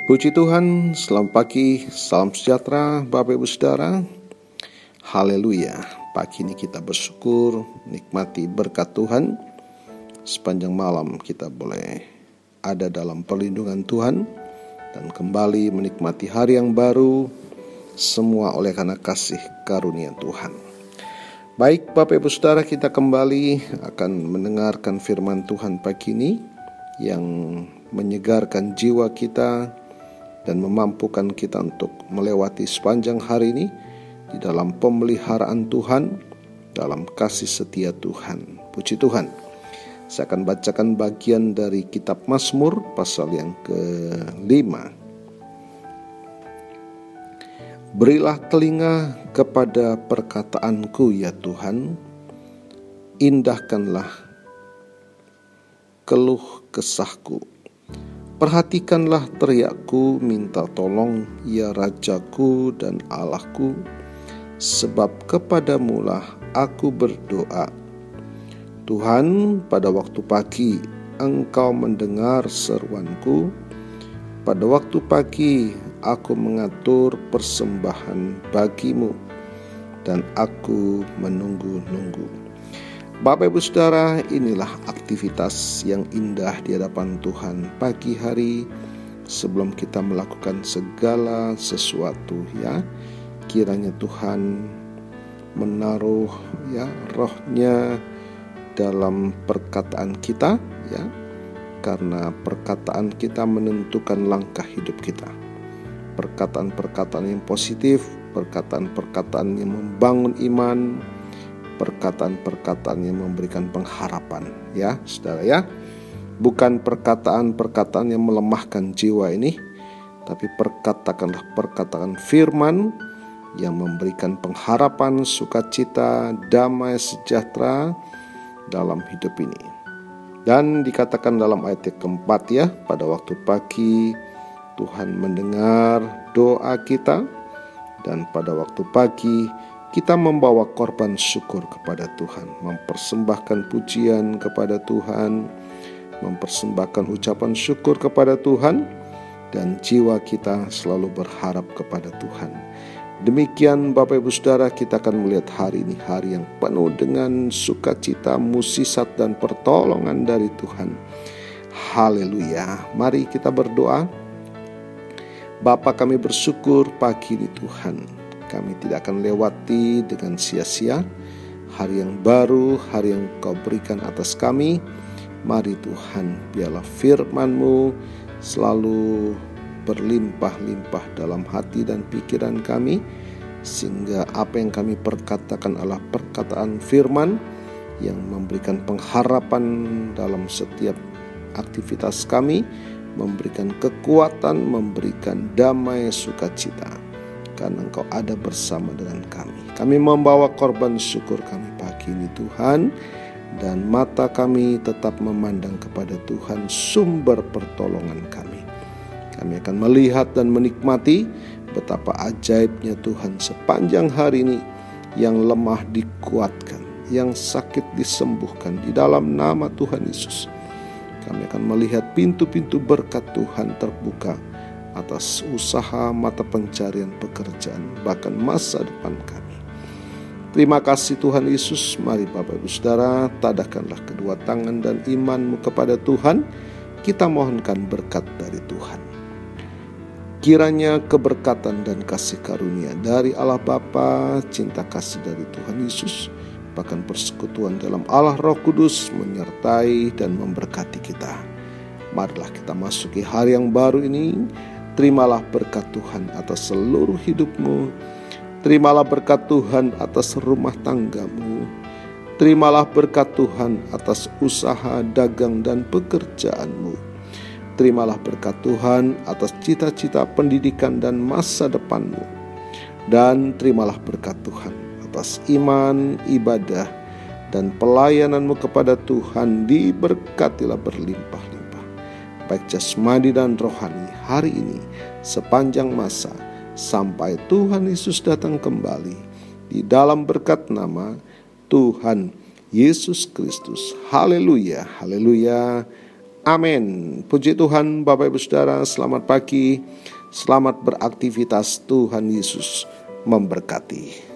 Puji Tuhan, selamat pagi, salam sejahtera Bapak Ibu Saudara. Haleluya, pagi ini kita bersyukur, nikmati berkat Tuhan. Sepanjang malam kita boleh ada dalam perlindungan Tuhan dan kembali menikmati hari yang baru, semua oleh karena kasih karunia Tuhan. Baik Bapak Ibu Saudara, kita kembali akan mendengarkan firman Tuhan pagi ini yang menyegarkan jiwa kita dan memampukan kita untuk melewati sepanjang hari ini di dalam pemeliharaan Tuhan, dalam kasih setia Tuhan. Puji Tuhan. Saya akan bacakan bagian dari kitab Mazmur pasal yang ke-5. Berilah telinga kepada perkataanku ya Tuhan, indahkanlah keluh kesahku. Perhatikanlah teriakku, minta tolong ya Rajaku dan Allahku, sebab kepadamulah aku berdoa. Tuhan, pada waktu pagi Engkau mendengar seruanku. Pada waktu pagi aku mengatur persembahan bagimu, dan aku menunggu-nunggu. Bapak Ibu Saudara, inilah aktivitas yang indah di hadapan Tuhan pagi hari sebelum kita melakukan segala sesuatu ya. Kiranya Tuhan menaruh ya rohnya dalam perkataan kita ya. Karena perkataan kita menentukan langkah hidup kita. Perkataan-perkataan yang positif, perkataan-perkataan yang membangun iman, perkataan-perkataan yang memberikan pengharapan ya saudara ya. Bukan perkataan-perkataan yang melemahkan jiwa ini, tapi perkatakanlah perkataan firman yang memberikan pengharapan, sukacita, damai, sejahtera dalam hidup ini. Dan dikatakan dalam ayat yang keempat ya, pada waktu pagi Tuhan mendengar doa kita, dan pada waktu pagi kita membawa korban syukur kepada Tuhan, mempersembahkan pujian kepada Tuhan, mempersembahkan ucapan syukur kepada Tuhan, dan jiwa kita selalu berharap kepada Tuhan. Demikian Bapak Ibu Saudara, kita akan melihat hari ini hari yang penuh dengan sukacita, mukjizat dan pertolongan dari Tuhan. Haleluya. Mari kita berdoa. Bapa, kami bersyukur pagi ini Tuhan. Kami tidak akan lewati dengan sia-sia hari yang baru, hari yang Kau berikan atas kami. Mari Tuhan, biarlah firman-Mu selalu berlimpah-limpah dalam hati dan pikiran kami, sehingga apa yang kami perkatakan adalah perkataan firman yang memberikan pengharapan dalam setiap aktivitas kami, memberikan kekuatan, memberikan damai, sukacita. Karena Engkau ada bersama dengan kami. Kami membawa korban syukur kami pagi ini Tuhan, dan mata kami tetap memandang kepada Tuhan, sumber pertolongan kami. Kami akan melihat dan menikmati betapa ajaibnya Tuhan sepanjang hari ini, yang lemah dikuatkan, yang sakit disembuhkan di dalam nama Tuhan Yesus. Kami akan melihat pintu-pintu berkat Tuhan terbuka atas usaha, mata pencarian pekerjaan, bahkan masa depan kami. Terima kasih Tuhan Yesus. Mari Bapak Ibu Saudara, tadahkanlah kedua tangan dan imanmu kepada Tuhan. Kita mohonkan berkat dari Tuhan. Kiranya keberkatan dan kasih karunia dari Allah Bapa, cinta kasih dari Tuhan Yesus, bahkan persekutuan dalam Allah Roh Kudus menyertai dan memberkati kita. Marilah kita masuki hari yang baru ini. Terimalah berkat Tuhan atas seluruh hidupmu. Terimalah berkat Tuhan atas rumah tanggamu. Terimalah berkat Tuhan atas usaha, dagang, dan pekerjaanmu. Terimalah berkat Tuhan atas cita-cita pendidikan dan masa depanmu. Dan terimalah berkat Tuhan atas iman, ibadah, dan pelayananmu kepada Tuhan. Diberkatilah berlimpah-limpah, baik jasmani dan rohani hari ini sepanjang masa sampai Tuhan Yesus datang kembali, di dalam berkat nama Tuhan Yesus Kristus. Haleluya, haleluya, Amin. Puji Tuhan, Bapak Ibu Saudara, selamat pagi, selamat beraktivitas. Tuhan Yesus memberkati.